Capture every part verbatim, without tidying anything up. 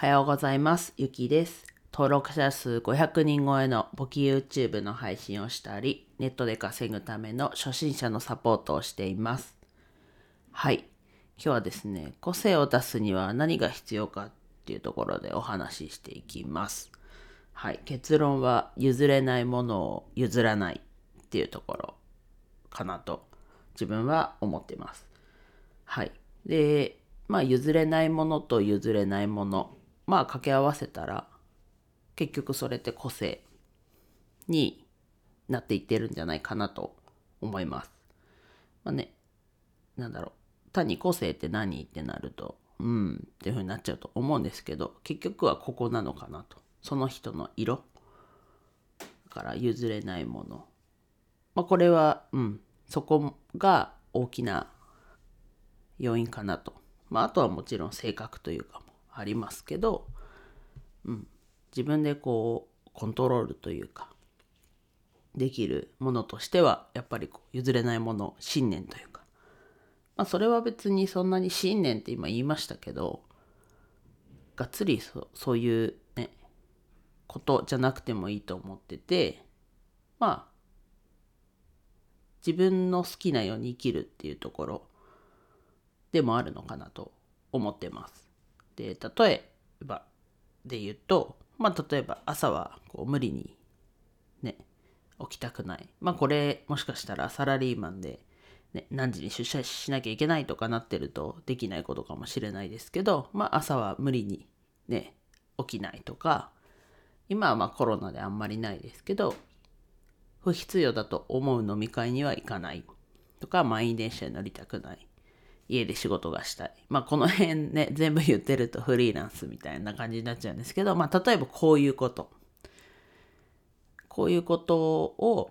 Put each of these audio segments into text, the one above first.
はようございます。ゆきです。登録者数ごひゃくにん超えの簿記 YouTube の配信をしたり、ネットで稼ぐための初心者のサポートをしています。はい。今日はですね、個性を出すには何が必要かっていうところでお話ししていきます。はい。結論は譲れないものを譲らないっていうところかなと自分は思っています。はい。で、まあ譲れないものと譲れないもの、まあ掛け合わせたら結局それって個性になっていってるんじゃないかなと思います。まあね、なんだろう。単に個性って何ってなると、うんっていう風になっちゃうと思うんですけど、結局はここなのかなと。その人の色から譲れないもの。まあこれは、うん、そこが大きな要因かなと。まああとはもちろん性格というかもありますけど、うん、自分でこうコントロールというかできるものとしてはやっぱりこう譲れないもの、信念というか、まあそれは別にそんなに信念って今言いましたけど、がっつりそそういうねことじゃなくてもいいと思ってて、まあ自分の好きなように生きるっていうところでもあるのかなと思ってます。で、例えばで言うと、まあ例えば朝はこう無理にね起きたくない。まあこれもしかしたらサラリーマンで、ね、何時に出社しなきゃいけないとかなってるとできないことかもしれないですけど、まあ朝は無理にね起きないとか、今はまあコロナであんまりないですけど、不必要だと思う飲み会には行かないとか、満員電車に乗りたくない。家で仕事がしたい。まあこの辺ね、全部言ってるとフリーランスみたいな感じになっちゃうんですけど、まあ例えばこういうこと。こういうことを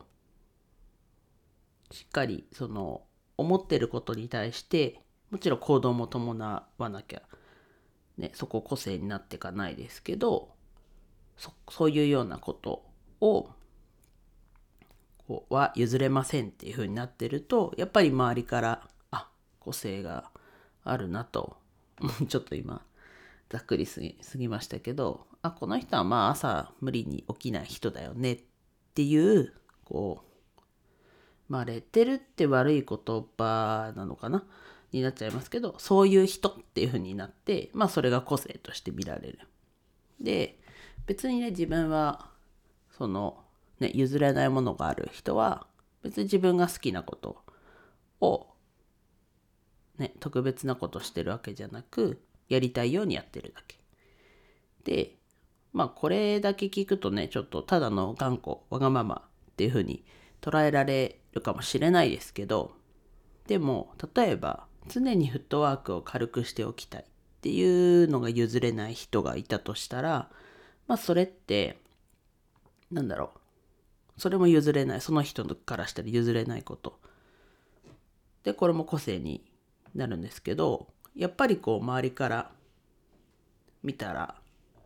しっかりその思ってることに対してもちろん行動も伴わなきゃね、そこ個性になっていかないですけど、そそういうようなことをこうは譲れませんっていう風になってると、やっぱり周りからあ個性があるなとちょっと今ざっくりすぎすぎましたけど、あこの人はまあ朝無理に起きない人だよねっていうこうまあレッテルって悪い言葉なのかなになっちゃいますけど、そういう人っていう風になって、まあそれが個性として見られる。で、別にね自分はそのね譲れないものがある人は別に自分が好きなことをね特別なことしてるわけじゃなく、やりたいようにやってるだけで、まあこれだけ聞くとねちょっとただの頑固わがままっていう風に捉えられるかもしれないですけど、でも例えば常にフットワークを軽くしておきたいっていうのが譲れない人がいたとしたら、まあそれってなんだろう、それも譲れない、その人からしたら譲れないことで、これも個性になるんですけど、やっぱりこう周りから見たら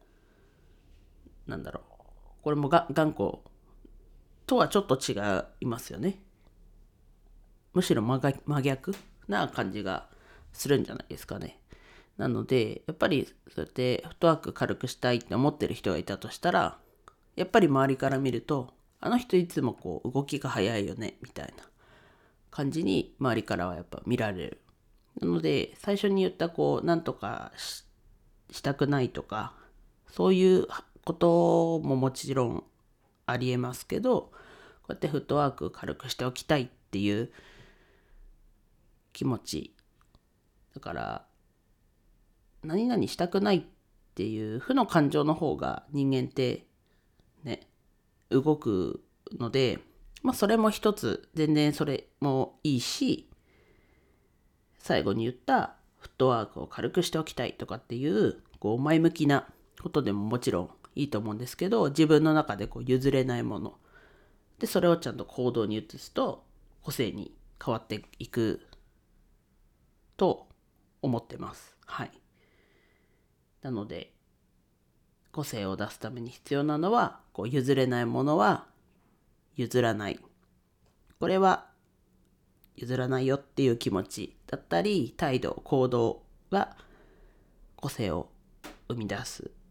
なんだろう、これもが頑固とはちょっと違いますよね。むしろ真真逆な感じがするんじゃないですかね。なのでやっぱりそうやってフットワーク軽くしたいって思ってる人がいたとしたら、やっぱり周りから見るとあの人いつもこう動きが早いよねみたいな感じに周りからはやっぱ見られる。なので最初に言ったこうなんとか し, したくないとかそういうことももちろんありえますけど、こうやってフットワーク軽くしておきたいっていう気持ちだから、何々したくないっていう負の感情の方が人間ってね動くので、まあそれも一つ全然それもいいし、最後に言ったフットワークを軽くしておきたいとかっていうこう前向きなことでももちろんいいと思うんですけど、自分の中でこう譲れないものでそれをちゃんと行動に移すと個性に変わっていくと思ってます。はい。なので個性を出すために必要なのはこう譲れないものは譲らない。これは譲らないよっていう気持ちだったり態度行動が個性を生み出す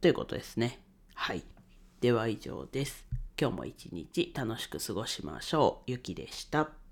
ということですね。はい。では以上です。今日も一日楽しく過ごしましょう。ゆきでした。